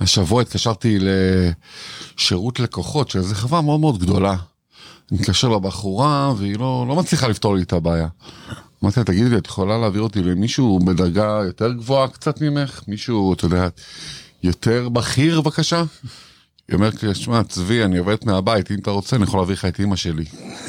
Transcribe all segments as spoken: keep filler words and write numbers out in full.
השבוע התקשרתי לשירות לקוחות, שזו חברה מאוד מאוד גדולה. אני מתקשר לבחורה, והיא לא, לא מצליחה לפתור לי את הבעיה. אמרתי, תגידי לי, את יכולה להעביר אותי למישהו בדרגה יותר גבוהה קצת ממך? מישהו, אתה יודע, יותר בכיר, בבקשה? היא אומרת לי, שמע, צבי, אני עובדת מהבית, אם אתה רוצה, אני יכול להביא לך את אמא שלי.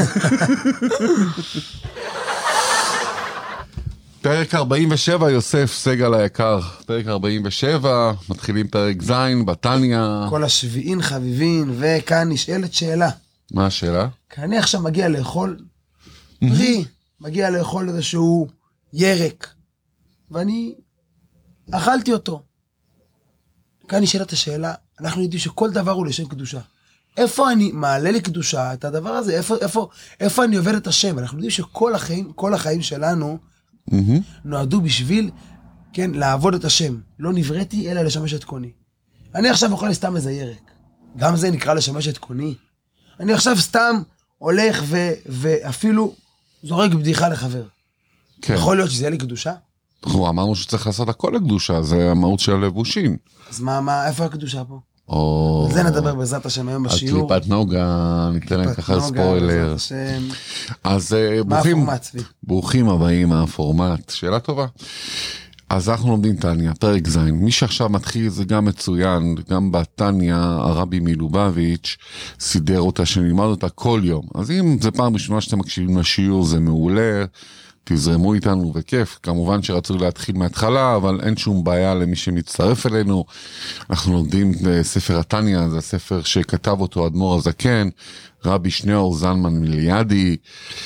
פרק ארבעים ושבע, יוסף סגל היקר. פרק ארבעים ושבע, מתחילים פרק זין, בתניה. כל השביעין חביבין, וכאן נשאלת שאלה. מה השאלה? כי אני עכשיו מגיע לאכול פרי, מגיע לאכול איזשהו ירק, ואני אכלתי אותו. כאן נשאלת השאלה, אנחנו יודעים שכל דבר הוא לשם קדושה. איפה אני מעלה לקדושה את הדבר הזה? איפה, איפה, איפה אני עובד את השם? אנחנו יודעים שכל החיים, כל החיים שלנו mm-hmm. נועדו בשביל, כן, לעבוד את השם. לא נבראתי, אלא לשמש את קוני. אני עכשיו אוכל סתם איזה ירק. גם זה נקרא לשמש את קוני. אני עכשיו סתם הולך ו, ואפילו זורק בדיחה לחבר. כן. יכול להיות שזה יהיה לי קדושה? אנחנו אמרנו שצריך לעשות הכל לקדושה, זה המהות של הלבושים. אז מה, מה, איפה הקדושה פה? או... זה נדבר בעזרת השם היום בשיעור. על קליפת נוגה, ניתן להם ככה ספוילר. אז ברוכים, ברוכים הבאים מהפורמט, שאלה טובה. אז אנחנו לומדים תניה, פרק זין. מי שעכשיו מתחיל זה גם מצוין, גם בתניה, הרבי מלובביץ' סידר אותה, שנלמד אותה כל יום. אז אם זה פעם ראשונה שאתם מקשיבים לשיעור, זה מעולה. תזרמו איתנו וכיף, כמובן שרצו להתחיל מההתחלה, אבל אין שום בעיה למי שמצטרף אלינו. אנחנו לומדים ספר התניה, זה הספר שכתב אותו אדמו"ר הזקן, רבי שניאור זלמן מליאדי,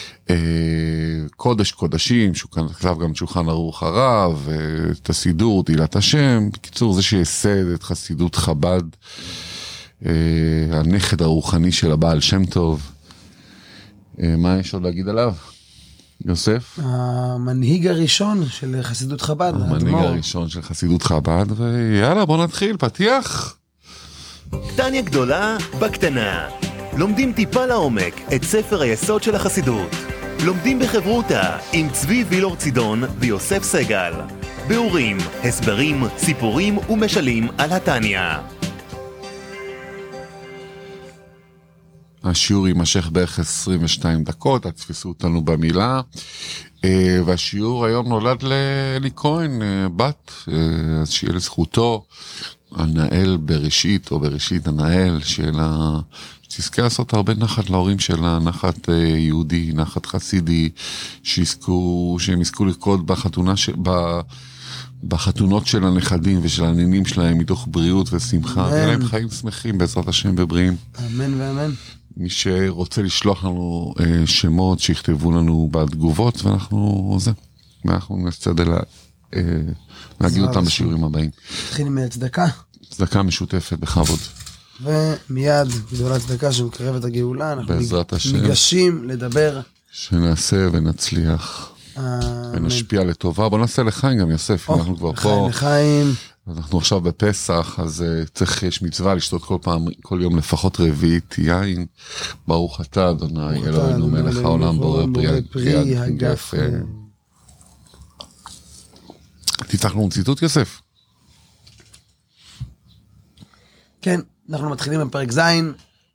קודש קודשים, שהוא כתב גם שולחן ערוך הרב, את הסידור, תהילת השם. בקיצור, זה שייסד את חסידות חב"ד, הנכד הרוחני של הבעל שם טוב. מה יש עוד להגיד עליו? יוסף? המנהיג הראשון של חסידות חב"ד. המנהיג הראשון של חסידות חב"ד, ויאללה, בוא נתחיל, פתיח. תניה גדולה בקטנה. לומדים טיפה לעומק את ספר היסוד של החסידות. לומדים בחברותה עם צבי וילור צידון ויוסף סגל. ביאורים, הסברים, סיפורים ומשלים על התניה. השיעור יימשך בערך עשרים ושתיים דקות, תתפסו אותנו במילה, והשיעור היום נולד לאלי כהן, בת, אז שיהיה לזכותו, הנהל בראשית, או בראשית הנהל, שלה, שתזכה לעשות הרבה נחת להורים שלה, נחת יהודי, נחת חסידי, שיזכו, שהם יזכו לרקוד בחתונה, ב... בחתונות של הנכדים ושל הנינים שלהם, מתוך בריאות ושמחה, ויהיה להם חיים שמחים בעזרת השם ובריאים. אמן ואמן. מי שרוצה לשלוח לנו אה, שמות, שיכתבו לנו בתגובות, ואנחנו זה, ואנחנו נצטדל לה, אה, להגיד אותם בשיעורים הבאים. נתחיל מהצדקה. צדקה משותפת בכבוד. ומיד גדולה צדקה שמקרבת הגאולה, אנחנו בעזרת השם, ניגשים לדבר. שנעשה ונצליח. ונשפיע לטובה. בוא נעשה לחיים גם, יוסף, אנחנו כבר פה. לחיים. אנחנו עכשיו בפסח, אז צריך, יש מצווה לשתות כל פעם, כל יום לפחות רביעית יין. ברוך אתה, אדוני, אלוהינו מלך העולם, בורא פרי הגפן. תפתח לנו ציטוט, יוסף. כן, אנחנו מתחילים בפרק זין.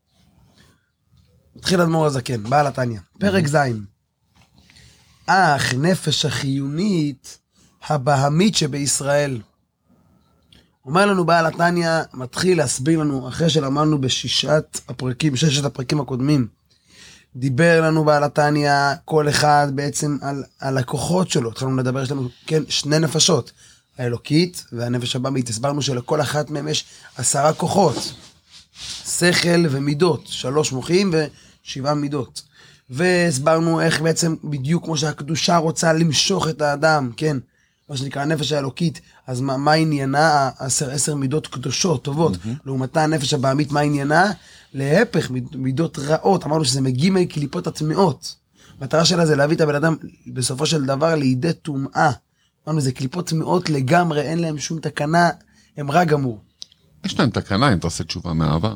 מתחיל אדמו"ר הזקן, בעל התניה. פרק זין. אך נפש החיונית הבהמית שבישראל. אומר לנו בעל התניה, מתחיל להסביר לנו, אחרי שלמדנו בשישת הפרקים, ששת הפרקים הקודמים, דיבר לנו בעל התניה, כל אחד בעצם על, על הכוחות שלו. התחלנו לדבר, יש לנו, כן, שני נפשות, האלוקית והנפש הבהמית. הסברנו שלכל אחת מהם יש עשרה כוחות, שכל ומידות, שלוש מוחים ושבעה מידות. והסברנו איך בעצם בדיוק כמו שהקדושה רוצה למשוך את האדם, כן, מה שנקרא הנפש האלוקית, אז מה, מה עניינה? עשר, עשר מידות קדושות, טובות, mm-hmm. לעומתה הנפש הבהמית, מה עניינה? להפך, מידות רעות, אמרנו שזה מגימי קליפות הטמעות, המטרה שלה זה להביא את הבן אדם בסופו של דבר לידי טומאה, אמרנו זה קליפות טמעות לגמרי, אין להם שום תקנה, הם רע גמור. יש להם תקנה אם אתה עושה תשובה מאהבה.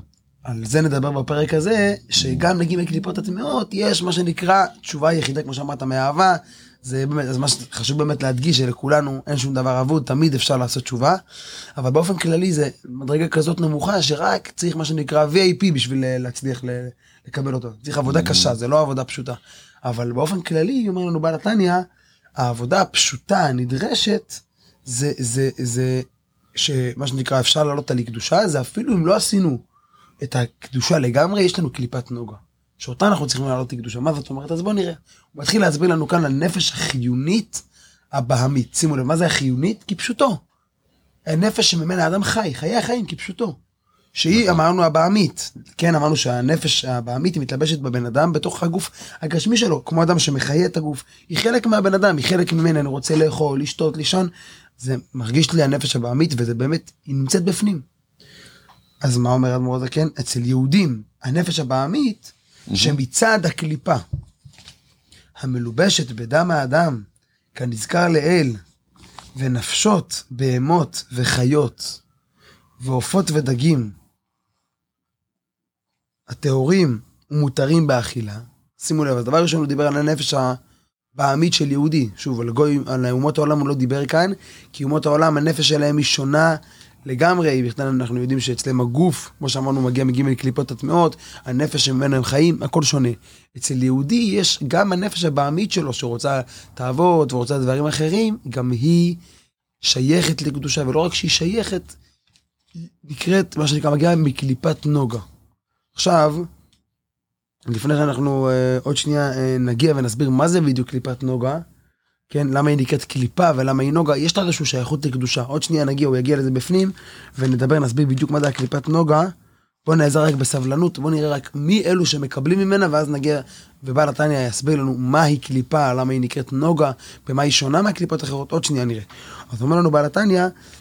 על זה נדבר בפרק הזה, שגם נגיד בקליפות הטמאות, יש מה שנקרא תשובה יחידה, כמו שאמרת, מאהבה, זה באמת, אז מה שחשוב באמת להדגיש, שלכולנו אין שום דבר אבוד, תמיד אפשר לעשות תשובה, אבל באופן כללי זה מדרגה כזאת נמוכה, שרק צריך מה שנקרא וי איי פי בשביל להצליח לקבל אותו. צריך עבודה קשה, זה לא עבודה פשוטה. אבל באופן כללי, אומר לנו בעל התניא, העבודה הפשוטה, הנדרשת, זה, זה, זה, שמה שנקרא אפשר לעלות על קדושה, זה אפילו אם לא עשינו את הקדושה לגמרי, יש לנו קליפת נוגה. שאותה אנחנו צריכים לעלות לקדושה. מה זאת אומרת? אז בואו נראה. הוא מתחיל להסביר לנו כאן על נפש החיונית הבהמית. שימו לב, מה זה החיונית? כפשוטו. הנפש שממנה האדם חי, חיי החיים כפשוטו. שהיא, אמרנו, הבהמית. כן, אמרנו שהנפש הבהמית היא מתלבשת בבן אדם בתוך הגוף הגשמי שלו, כמו אדם שמחיה את הגוף. היא חלק מהבן אדם, היא חלק ממנה, אני רוצה לאכול, לשתות, לישון. זה מרגיש לי הנפש הבהמית, וזה באמת, היא נמצאת בפנים. אז מה אומר אדמו"ר הזקן? אצל יהודים, הנפש הבהמית, שמצד הקליפה המלובשת בדם האדם, כנזכר לאל, ונפשות, בהמות וחיות, ועופות ודגים, הטהורים ומותרים באכילה. שימו לב, אז דבר ראשון הוא דיבר על הנפש הבהמית של יהודי. שוב, על, גוי, על אומות העולם הוא לא דיבר כאן, כי אומות העולם, הנפש שלהם היא שונה לגמרי. בכלל אנחנו יודעים שאצלם הגוף, כמו שאמרנו, מגיע מגיעים לקליפות הטמאות, הנפש שממנו הם חיים, הכל שונה. אצל יהודי יש גם הנפש הבהמית שלו, שרוצה תאוות ורוצה דברים אחרים, גם היא שייכת לקדושה, ולא רק שהיא שייכת, נקראת, מה שנקרא, מגיעה מקליפת נוגה. עכשיו, לפני שאנחנו אה, עוד שנייה אה, נגיע ונסביר מה זה בדיוק קליפת נוגה, כן, למה היא נקראת קליפה ולמה היא נוגה, יש לה איזשהו שייכות לקדושה. עוד שנייה נגיע, הוא יגיע לזה בפנים, ונדבר, נסביר בדיוק מה זה הקליפת נוגה. בוא נעזר רק בסבלנות, בוא נראה רק מי אלו שמקבלים ממנה, ואז נגיע, ובעל התניא יסביר לנו מה היא קליפה, למה היא נקראת נוגה, במה היא שונה מהקליפות אחרות, עוד שנייה נראה. אז אומר לנו בעל התניא,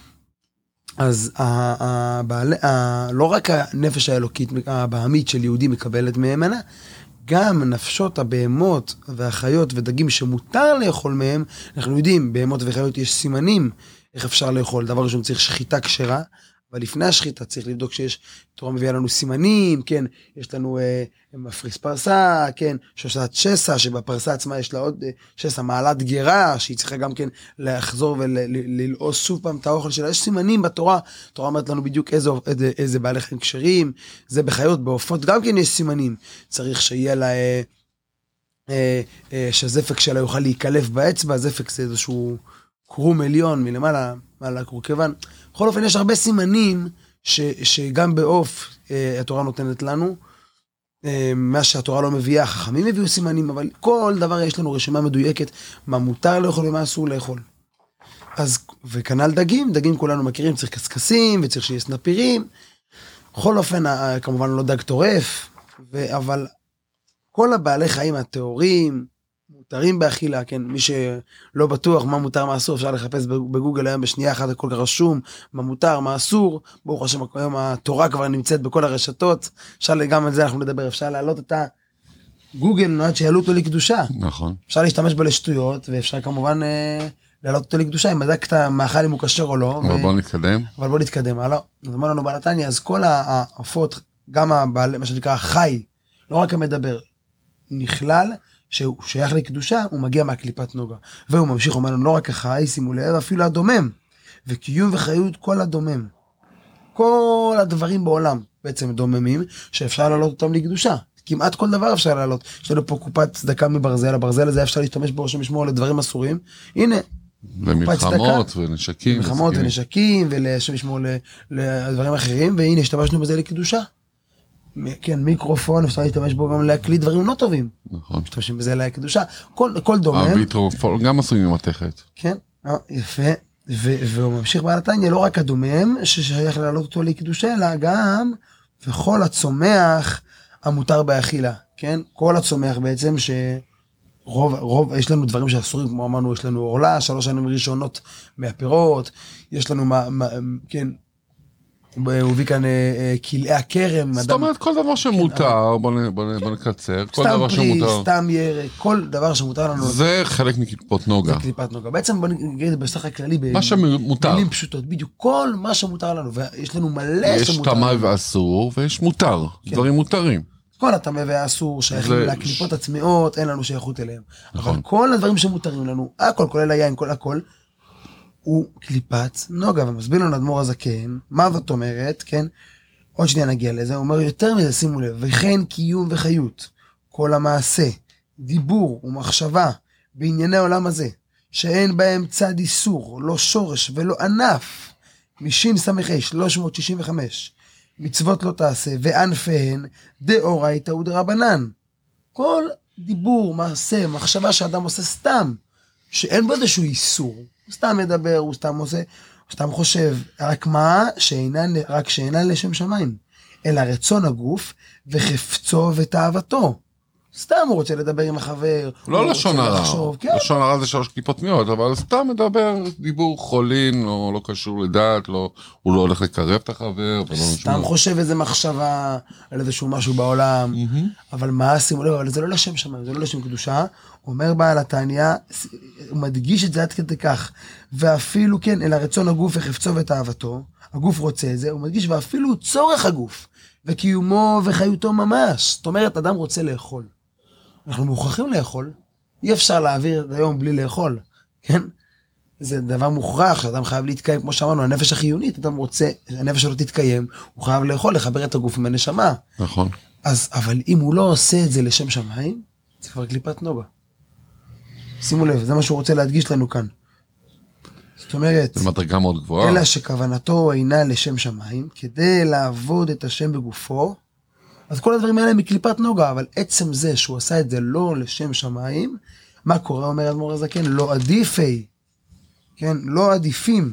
אז הבעל, ה, לא רק הנפש האלוקית, הבהמית של יהודי מקבלת ממנה, גם נפשות הבהמות והחיות ודגים שמותר לאכול מהם, אנחנו יודעים, בהמות וחיות יש סימנים, איך אפשר לאכול, דבר ראשון צריך שחיטה כשרה, אבל לפני השחיטה צריך לבדוק שיש, תורה מביאה לנו סימנים, כן, יש לנו אה, מפריס פרסה, כן, שושת שסע, שבפרסה עצמה יש לה עוד אה, שסע, מעלת גרה, שהיא צריכה גם כן לחזור וללעוס שוב פעם את האוכל שלה, יש סימנים בתורה, התורה אומרת לנו בדיוק איזה, איזה, איזה בעלי חיים כשרים, זה בחיות, בעופות, גם כן יש סימנים, צריך שיהיה לה, אה, אה, אה, שהזפק שלה יוכל להיקלף באצבע, זפק זה איזשהו קרום עליון מלמעלה, מעלה קורקבן, בכל אופן, יש הרבה סימנים ש, שגם בעוף אה, התורה נותנת לנו, אה, מה שהתורה לא מביאה, חכמים הביאו סימנים, אבל כל דבר יש לנו רשימה מדויקת, מה מותר לאכול ומה אסור לאכול. אז, וכנ"ל דגים, דגים כולנו מכירים, צריך קסקסים וצריך שיהיה סנפירים, בכל אופן, כמובן לא דג טורף, ו, אבל כל הבעלי חיים הטהורים, מותרים באכילה, כן, מי שלא בטוח מה מותר, מה אסור, אפשר לחפש בגוגל היום בשנייה אחת, הכל כך רשום, מה מותר, מה אסור, ברוך השם, היום התורה כבר נמצאת בכל הרשתות, אפשר גם על זה אנחנו נדבר, אפשר להעלות את הגוגל, נועד שיעלו אותו לקדושה. נכון. אפשר להשתמש בו לשטויות, ואפשר כמובן אה, להעלות אותו לקדושה, אם בדקת מאכל אם הוא כשר או לא. אבל ו... בוא נתקדם. אבל בוא נתקדם, הלאה. אז אמר לנו בעל התניא, אז כל העופות, גם הבעל, מה שנקרא חי, לא רק המדבר, נכלל, שהוא שייך לקדושה, הוא מגיע מהקליפת נוגה. והוא ממשיך, אומר לנו, לא רק החי, שימו לב, אפילו הדומם. וקיום וחיות כל הדומם. כל הדברים בעולם בעצם דוממים, שאפשר להעלות אותם לקדושה. כמעט כל דבר אפשר להעלות. יש לנו פה קופת צדקה מברזל, הברזל הזה אפשר להשתמש בו שמשמור לדברים אסורים. הנה, למלחמות ונשקים. למלחמות ונשקים, ולשמשמור לדברים אחרים, והנה, השתמשנו בזה לקדושה. כן, מיקרופון, אפשר להשתמש בו גם להקליט דברים לא טובים. נכון. משתמשים בזה לקדושה. כל, כל דומם. הוויטרופון גם עשויים עם מתכת. כן, יפה. והוא ממשיך בעל התניא, לא רק הדומם, ששייך להעלות אותו לקדושה, אלא גם, וכל הצומח המותר באכילה. כן? כל הצומח בעצם, שרוב, רוב, יש לנו דברים שאסורים, כמו אמרנו, יש לנו אורלה, שלוש שנים ראשונות מהפירות, יש לנו, מה, מה, כן, הוא הביא כאן כלאי הכרם. זאת אומרת, כל דבר שמותר, בוא נקצר, כל דבר שמותר. סתם פרי, סתם ירק, כל דבר שמותר לנו. זה חלק מקליפות נוגה. זה קליפת נוגה. בעצם בוא נגיד בסך הכללי, מה שמותר. במילים פשוטות, בדיוק, כל מה שמותר לנו, ויש לנו מלא שמותר. יש תמה ואסור, ויש מותר, דברים מותרים. כל התמה והאסור שייכים לקליפות עצמיות, אין לנו שייכות אליהם. אבל כל הדברים שמותרים לנו, הכל, כולל היין, כל הכל, הוא קליפת נוגה, ומסביר לנו אדמו"ר הזקן, מה זאת אומרת, כן? עוד שנייה נגיע לזה, הוא אומר יותר מזה, שימו לב, וכן קיום וחיות, כל המעשה, דיבור ומחשבה, בענייני העולם הזה, שאין בהם צד איסור, לא שורש ולא ענף, משין סמכי שלוש מאות שישים וחמש, מצוות לא תעשה, וענפיהן, דאורייתא ודרבנן. כל דיבור, מעשה, מחשבה שאדם עושה סתם, שאין בו איזשהו איסור, הוא סתם מדבר, הוא סתם עושה, הוא סתם חושב, רק מה? שאינן, רק שאינן לשם שמיים, אלא רצון הגוף, וחפצו ותאוותו. סתם הוא רוצה לדבר עם החבר. לא לשון הרע, לשון הרע זה שלוש קליפות מיעות, אבל סתם מדבר דיבור חולין, או לא קשור לדעת, לא, הוא לא הולך לקרב את החבר. סתם חושב איזה מחשבה על איזשהו משהו בעולם, אבל מה, שימו לב, אבל זה לא לשם שמיים, זה לא לשם קדושה. הוא אומר בעל התניא, הוא מדגיש את זה עד כדי כך, ואפילו כן, אלא רצון הגוף וחפצו ותאוותו, הגוף רוצה את זה, הוא מדגיש, ואפילו צורך הגוף, וקיומו וחיותו ממש. זאת אומרת, אדם רוצה לאכול. אנחנו מוכרחים לאכול, אי אפשר להעביר את היום בלי לאכול, כן? זה דבר מוכרח, שאדם חייב להתקיים, כמו שאמרנו, הנפש החיונית, אדם רוצה, הנפש שלו תתקיים, הוא חייב לאכול, לחבר את הגוף עם הנשמה. נכון. אז, אבל אם הוא לא עושה את זה לשם שמיים, זה כבר קליפת נוגה. שימו לב, זה מה שהוא רוצה להדגיש לנו כאן. זאת אומרת, זה מדרגה מאוד גבוהה. אלא שכוונתו אינה לשם שמיים, כדי לעבוד את השם בגופו, אז כל הדברים האלה מקליפת נוגה, אבל עצם זה שהוא עשה את זה לא לשם שמיים, מה קורה, אומר אדמו"ר הזקן? לא עדיפי, כן, לא עדיפים.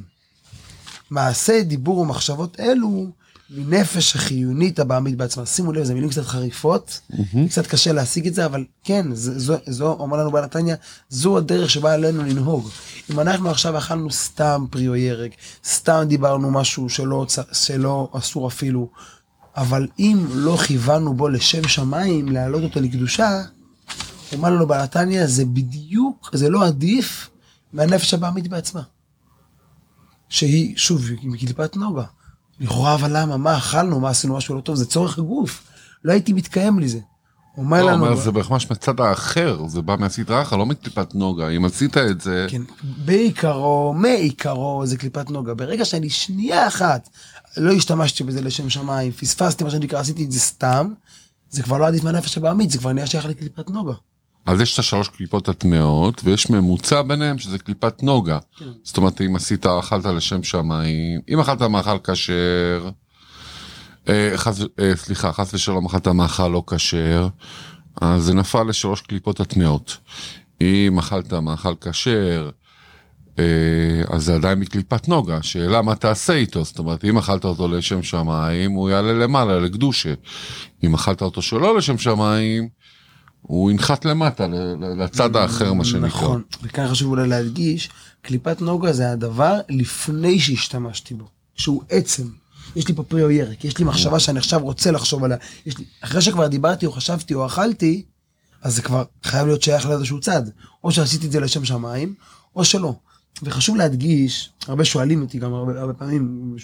מעשה, דיבור ומחשבות אלו, מנפש החיונית הבעמית בעצמה. שימו לב, זה מילים קצת חריפות, mm-hmm. קצת קשה להשיג את זה, אבל כן, זו, זו, זו אומר לנו בעל התניא, זו הדרך שבאה עלינו לנהוג. אם אנחנו עכשיו אכלנו סתם פרי או ירק, סתם דיברנו משהו שלא, שלא אסור אפילו, אבל אם לא כיוונו בו לשם שמיים, להעלות אותו לקדושה, אומר לנו בעל התניא, זה בדיוק, זה לא עדיף מהנפש הבעמית בעצמה. שהיא, שוב, היא מקליפת נוגה. לכאורה, אבל למה? מה אכלנו? מה עשינו משהו לא טוב? זה צורך הגוף. לא הייתי מתקיים לזה. אומר לא, לנו... אומר, זה ממש מצד האחר, זה בא מהסדרה אחת, לא מקליפת נוגה. אם עשית את זה... כן, בעיקרו, מעיקרו, זה קליפת נוגה. ברגע שאני שנייה אחת, לא השתמשתי בזה לשם שמיים, פספסתי מה שנקרא, עשיתי את זה סתם, זה כבר לא עדיף מהנפש הבעמית, זה כבר נהיה שייך לקליפת נוגה. אז יש את השלוש קליפות הטמעות, ויש ממוצע ביניהם שזה קליפת נוגה. כן. זאת אומרת, אם עשית, אכלת לשם שמיים, אם אכלת מאכל כשר, אה, חס, אה, סליחה, חס ושלום אכלת מאכל לא כשר, אז זה נפל לשלוש קליפות הטמעות. אם אכלת מאכל כשר, אה, אז זה עדיין מקליפת נוגה, שאלה מה תעשה איתו, זאת אומרת, אם אכלת אותו לשם שמיים, הוא יעלה למעלה, לקדושה. אם אכלת אותו שלא לשם שמיים, הוא ינחת למטה, לצד האחר, מה שנקרא. נכון, וכאן חשוב אולי להדגיש, קליפת נוגה זה הדבר לפני שהשתמשתי בו, שהוא עצם. יש לי פה פרי או ירק, יש לי מחשבה שאני עכשיו רוצה לחשוב עליה, יש לי, אחרי שכבר דיברתי או חשבתי או אכלתי, אז זה כבר חייב להיות שייך לאיזשהו צד, או שעשיתי את זה לשם שמיים, או שלא. וחשוב להדגיש, הרבה שואלים אותי גם הרבה, הרבה פעמים,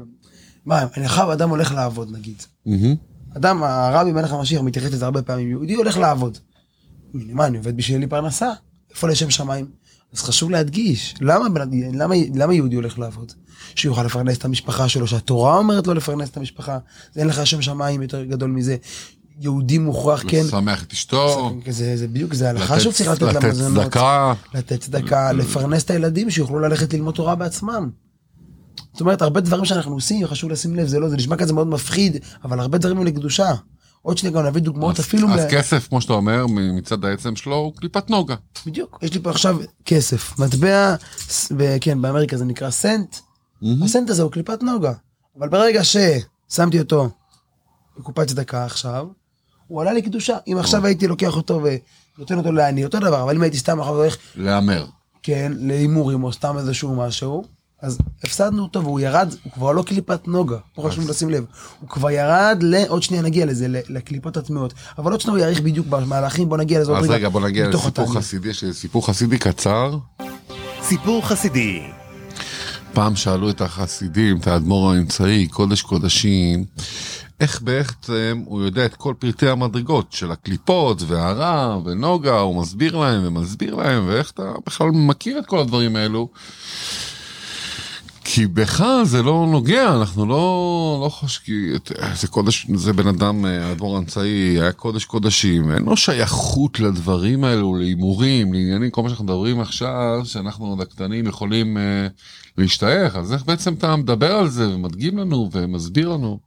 מה, אני אחר אדם הולך לעבוד נגיד. אדם, הרבי מלך המשיח מתייחס לזה הרבה פעמים, יהודי הולך לעבוד. מה, אני עובד בשביל לי פרנסה? איפה לשם שמיים? אז חשוב להדגיש, למה, למה, למה יהודי הולך לעבוד? שיוכל לפרנס את המשפחה שלו, שהתורה אומרת לו לפרנס את המשפחה, זה אין לך שם שמיים יותר גדול מזה. יהודי מוכרח, כן. לשמח את אשתו. זה, זה בדיוק, זה הלכה שהוא צריך לתת למזונות. לתת צדקה. לתת צדקה, לפרנס את הילדים שיוכלו ללכת ללמוד תורה בעצמם. זאת אומרת, הרבה דברים שאנחנו עושים, חשוב לשים לב, זה לא, זה נשמע כזה מאוד מפחיד, אבל הרבה דברים הם לקדושה. עוד שנייה גם נביא דוגמאות אפילו... אז כסף, כמו שאתה אומר, מצד העצם שלו, הוא קליפת נוגה. בדיוק, יש לי פה עכשיו כסף, מטבע, כן, באמריקה זה נקרא סנט, הסנט הזה הוא קליפת נוגה, אבל ברגע ששמתי אותו בקופת צדקה עכשיו, הוא עלה לקדושה. אם עכשיו הייתי לוקח אותו ונותן אותו לעני, אותו דבר, אבל אם הייתי סתם אחר כך... לאמר. כן, לאימורים או סתם איזשהו משהו, אז הפסדנו אותו, והוא ירד, הוא כבר לא קליפת נוגה, פה חשוב לשים לב, הוא כבר ירד, עוד שנייה נגיע לזה, לקליפות הטמעות, אבל עוד שנייה הוא יאריך בדיוק במהלכים, בוא נגיע לזה. אז רגע, בוא נגיע לסיפור חסידי, סיפור חסידי קצר. סיפור חסידי. פעם שאלו את החסידים, את האדמו"ר האמצעי, קודש קודשים, איך בעצם הוא יודע את כל פרטי המדרגות של הקליפות והרע ונוגה, הוא מסביר להם ומסביר להם, ואיך אתה בכלל מכיר את כל הדברים האלו? כי בך זה לא נוגע, אנחנו לא, לא חושבים, זה קודש, זה בן אדם, האדמו"ר האמצעי, היה קודש קודשים, אין לו שייכות לדברים האלו, להימורים, לעניינים, כל מה שאנחנו מדברים עכשיו, שאנחנו עוד הקטנים יכולים uh, להשתייך, אז איך בעצם אתה מדבר על זה, ומדגים לנו, ומסביר לנו?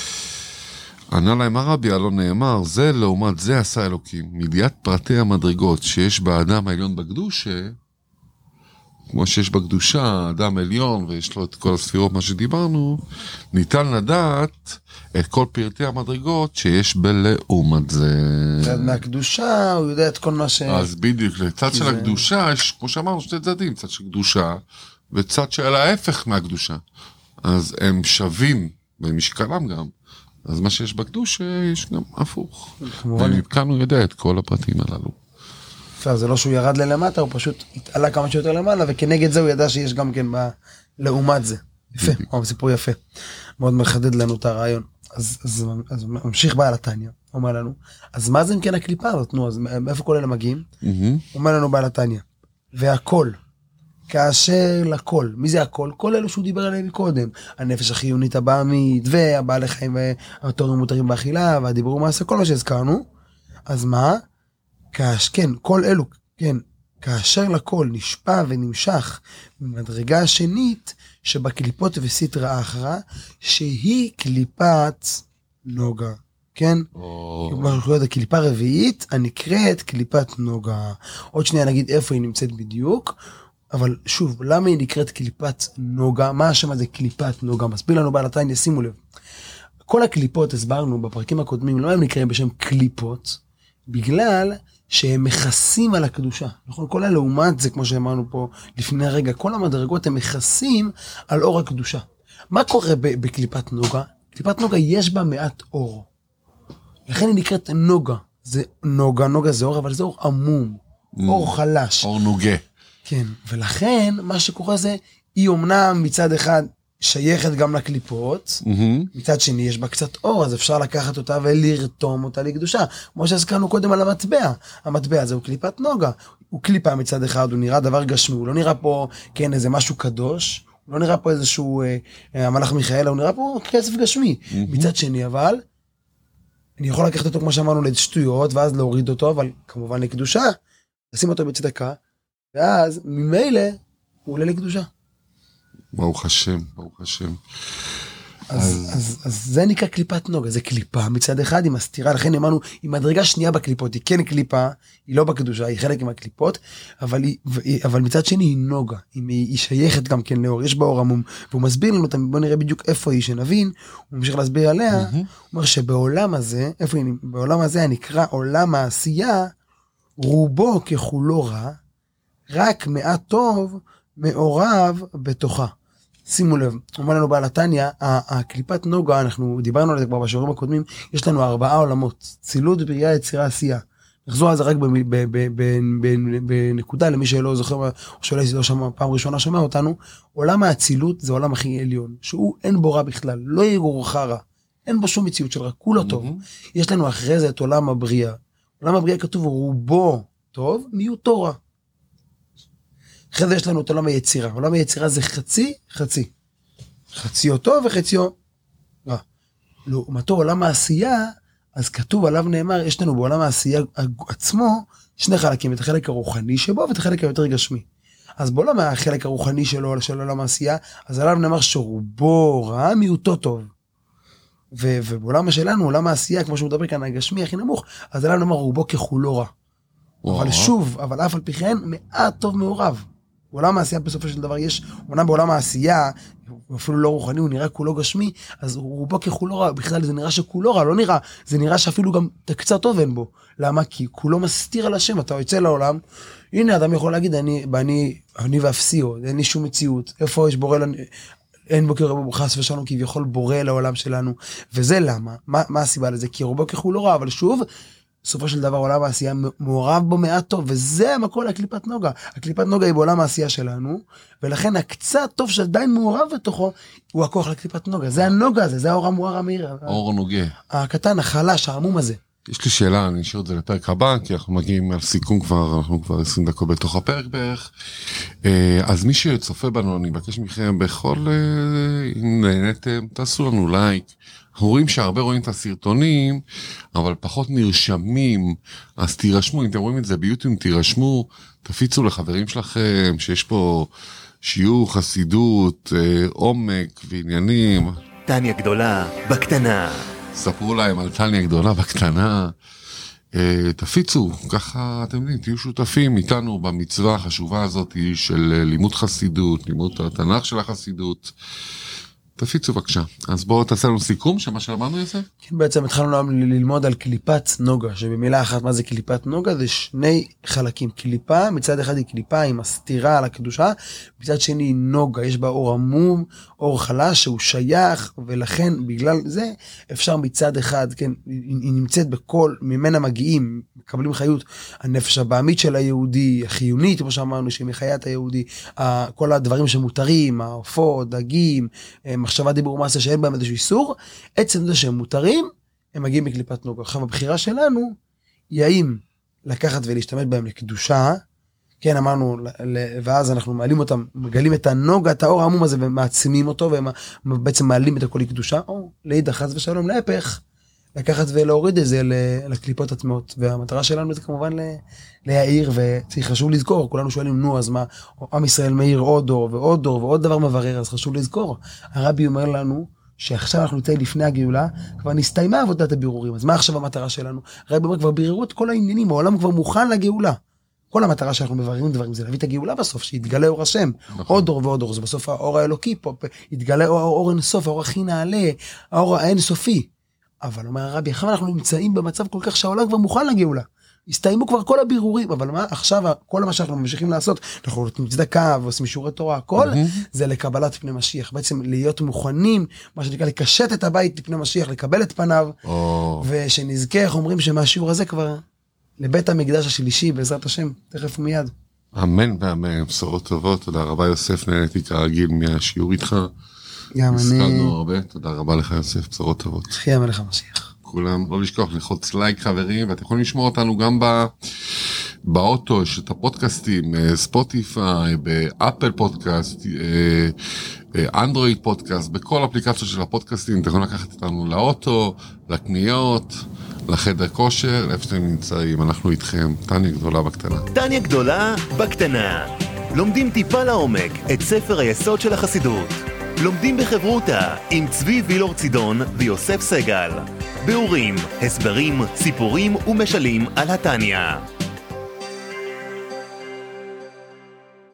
ענה להם הרבי, הלא נאמר, זה לעומת זה עשה אלוקים, מידיעת פרטי המדרגות שיש באדם העליון בקדושה, כמו שיש בקדושה, אדם עליון, ויש לו את כל הספירות, מה שדיברנו, ניתן לדעת את כל פרטי המדרגות שיש בלעומת זה. מהקדושה, הוא יודע את כל מה ש... אז בדיוק, לצד של הקדושה, יש, כמו שאמרנו, שתי צדדים, צד של קדושה, וצד של ההפך מהקדושה. אז הם שווים, במשקלם גם. אז מה שיש בקדושה, יש גם הפוך. וכאן הוא יודע את כל הפרטים הללו. זה לא שהוא ירד ללמטה, הוא פשוט התעלה כמה שיותר למעלה, וכנגד זה הוא ידע שיש גם כן לעומת זה. יפה, הוא סיפור יפה. מאוד מחדד לנו את הרעיון. אז, אז, אז ממשיך בעל התניא, אומר לנו, אז מה זה אם כן הקליפה הזאת? נו, אז מאיפה כל אלה מגיעים? אומר לנו בעל התניא, והכל, כאשר לכל, מי זה הכל? כל אלו שהוא דיבר עליהם קודם, הנפש החיונית הבאמית, והבעלי חיים והתורים מותרים באכילה, והדיברו מעשה, כל מה שהזכרנו, אז מה? כאש, כן, כל אלו, כן, כאשר לכל נשפע ונמשך ממדרגה השנית שבקליפות וסתרא אחרא, שהיא קליפת נוגה, כן? או... הקליפה רביעית הנקראת קליפת נוגה. עוד שנייה נגיד איפה היא נמצאת בדיוק, אבל שוב, למה היא נקראת קליפת נוגה? מה השם הזה קליפת נוגה? מסביר לנו בעל התניא, שימו לב. כל הקליפות הסברנו בפרקים הקודמים, לא הם נקראים בשם קליפות, בגלל שהם מכסים על הקדושה. נכון? כל הלעומת זה, כמו שאמרנו פה לפני הרגע, כל המדרגות הם מכסים על אור הקדושה. מה קורה בקליפת נוגה? קליפת נוגה יש בה מעט אור. לכן היא נקראת נוגה. זה נוגה, נוגה זה אור, אבל זה אור עמום. אור חלש. אור נוגה. כן, ולכן מה שקורה זה, היא אומנם מצד אחד שייכת גם לקליפות, מצד שני יש בה קצת אור, אז אפשר לקחת אותה ולרתום אותה לקדושה, כמו שהזכרנו קודם על המטבע. המטבע הזה הוא קליפת נוגה, הוא קליפה מצד אחד, הוא נראה דבר גשמי, הוא לא נראה פה, כן, איזה משהו קדוש, הוא לא נראה פה איזשהו אה, המלאך מיכאל, הוא נראה פה כסף גשמי. מצד שני, אבל, אני יכול לקחת אותו כמו שאמרנו לשטויות, ואז להוריד אותו, אבל כמובן לקדושה, לשים אותו בצדקה, ואז ממילא הוא עולה לקדושה. ברוך השם, ברוך השם. אז, אז... אז, אז זה נקרא קליפת נוגה, זה קליפה מצד אחד, היא מסתירה, לכן אמרנו, היא מדרגה שנייה בקליפות, היא כן קליפה, היא לא בקדושה, היא חלק עם הקליפות, אבל, היא, אבל מצד שני היא נוגה, היא, היא שייכת גם כן לאור, יש בה אור עמום, והוא מסביר לנו, בוא נראה בדיוק איפה היא, שנבין, הוא ממשיך להסביר עליה, הוא אומר שבעולם הזה, איפה היא, בעולם הזה הנקרא עולם העשייה, רובו ככולו רע, רק מעט טוב מעורב בתוכה. שימו לב, אומר לנו בעל התניא, הקליפת נוגה, אנחנו דיברנו על זה כבר בשיעורים הקודמים, יש לנו ארבעה עולמות, צילות, בריאה, יצירה, עשייה. נחזור על זה רק בנקודה, למי שלא זוכר, או שאולי לא שמע, פעם ראשונה שומע אותנו, עולם האצילות זה עולם הכי עליון, שהוא אין בו רע בכלל, לא יגור רע, אין בו שום מציאות של רע, כולו טוב. יש לנו אחרי זה את עולם הבריאה. עולם הבריאה כתוב, רובו טוב, מיעוטו רע. אחרי זה יש לנו את עולם היצירה. עולם היצירה זה חצי, חצי. חציו טוב וחציו רע. לעומתו עולם העשייה, אז כתוב עליו נאמר, יש לנו בעולם העשייה עצמו, שני חלקים, את החלק הרוחני שבו, ואת החלק היותר גשמי. אז בעולם החלק הרוחני שלו, של עולם העשייה, אז עליו נאמר שרובו רע, מיעוטו טוב. ו- ובעולם שלנו, עולם העשייה, כמו שהוא מדבר כאן, הגשמי הכי נמוך, אז עליו נאמר רובו ככולו רע. אבל שוב, אבל אף על פי כן, מעט טוב מעורב. בעולם העשייה בסופו של דבר יש, אומנם בעולם העשייה, הוא אפילו לא רוחני, הוא נראה כולו גשמי, אז הוא רובו ככולו רע, בכלל זה נראה שכולו רע, לא נראה, זה נראה שאפילו גם קצת טוב אין בו. למה? כי כולו מסתיר על השם, אתה יוצא לעולם, הנה אדם יכול להגיד, אני, אני, אני ואפסיו, אין לי שום מציאות, איפה יש בורא לנו, אין בו חס ושלום כביכול בורא לעולם שלנו, וזה למה? מה, מה הסיבה לזה? כי רובו ככולו רע, אבל שוב, בסופו של דבר עולם העשייה מעורב בו מעט טוב, וזה המקור לקליפת נוגה. הקליפת נוגה היא בעולם העשייה שלנו, ולכן הקצת טוב שעדיין מעורב בתוכו, הוא הכוח לקליפת נוגה. זה הנוגה הזה, זה האור המואר המאיר. אור נוגה. הקטן, החלש, העמום הזה. יש לי שאלה, אני אשאיר את זה לפרק הבא, כי אנחנו מגיעים על סיכום כבר, אנחנו כבר עשרים דקות בתוך הפרק בערך. אז מי שצופה בנו, אני מבקש מכם בכל, אם נהנתם, תעשו לנו לייק. אנחנו רואים שהרבה רואים את הסרטונים, אבל פחות נרשמים, אז תירשמו, אם אתם רואים את זה ביוטיוב, תירשמו, תפיצו לחברים שלכם, שיש פה שיעור, חסידות, עומק ועניינים. טניה גדולה בקטנה. ספרו להם על טניה גדולה בקטנה, תפיצו, ככה אתם יודעים, תהיו שותפים איתנו במצווה החשובה הזאת של לימוד חסידות, לימוד התנ"ך של החסידות, תפיצו בבקשה. אז בואו תעשה לנו סיכום של מה שלמדנו יוסף. כן, בעצם התחלנו ללמוד על קליפת נוגה, שבמילה אחת מה זה קליפת נוגה? זה שני חלקים. קליפה, מצד אחד היא קליפה עם הסתירה על הקדושה, מצד שני היא נוגה, יש בה אור עמום, אור חלש שהוא שייך, ולכן בגלל זה אפשר מצד אחד, כן, היא נמצאת בכל, ממנה מגיעים, מקבלים חיות, הנפש הבעמית של היהודי, החיונית, כמו שאמרנו, שהיא מחיית היהודי, כל הדברים שמותרים, העופות, דגים, מחשבה, דיבור, מעשה שאין בהם איזשהו איסור, עצם זה שהם מותרים, הם מגיעים מקליפת נוגה. עכשיו, הבחירה שלנו היא האם לקחת ולהשתמש בהם לקדושה, כן, אמרנו, ואז אנחנו מעלים אותם, מגלים את הנוגה, את האור העמום הזה, ומעצימים אותו, ובעצם מעלים את הכל לקדושה, או להידח חס ושלום, להפך, לקחת ולהוריד את זה לקליפות הטמעות, והמטרה שלנו זה כמובן להעיר, וצריך חשוב לזכור, כולנו שואלים, נו, אז מה, עם ישראל מאיר עוד דור ועוד דור ועוד דבר מברר, אז חשוב לזכור. הרבי אומר לנו, שעכשיו אנחנו נמצאים לפני הגאולה, כבר נסתיימה עבודת הבירורים, אז מה עכשיו המטרה שלנו? הרבי אומר, כבר ביררו את כל העניינים, העולם כבר מוכן לגאולה. כל המטרה שאנחנו מבררים דברים, זה להביא את הגאולה בסוף, שיתגלה אור השם, נכון. עוד דור ועוד דור, זה בסוף האור האלוקי פה, יתגלה אור, אור אינסוף, האור הכי נעלה, האור האינסופי. אבל אומר הרבי, עכשיו אנחנו נמצאים במצב כל כך שהעולם כבר מוכן לגאולה. הסתיימו כבר כל הבירורים, אבל מה, עכשיו כל מה שאנחנו ממשיכים לעשות, אנחנו נותנים צדקה ועושים שיעורי תורה, הכל זה לקבלת פני משיח, בעצם להיות מוכנים, מה שנקרא לקשט את הבית לפני משיח, לקבל את פניו, ושנזכה, איך אומרים שמהשיעור הזה כבר לבית המקדש השלישי, בעזרת השם, תכף ומיד. אמן ואמן, בשורות טובות, תודה רבה יוסף, נהניתי כרגיל מהשיעור איתך. גם אני. הסקלנו הרבה, תודה רבה לך יוסף, בשורות טובות. תחי המלך המשיח. כולם, לא לשכוח ללחוץ לייק חברים, ואתם יכולים לשמוע אותנו גם ב... באוטו, יש את הפודקאסטים, ספוטיפיי, באפל פודקאסט, אנדרואיד פודקאסט, בכל אפליקציות של הפודקאסטים, אתם יכולים לקחת אותנו לאוטו, לקניות, לחדר כושר, איפה שאתם נמצאים, אנחנו איתכם, טניה גדולה בקטנה. טניה גדולה בקטנה. לומדים טיפה לעומק את ספר היסוד של החסידות. לומדים בחברותה עם צבי וילור צידון ויוסף סגל. ביאורים, הסברים, סיפורים ומשלים על הטניה.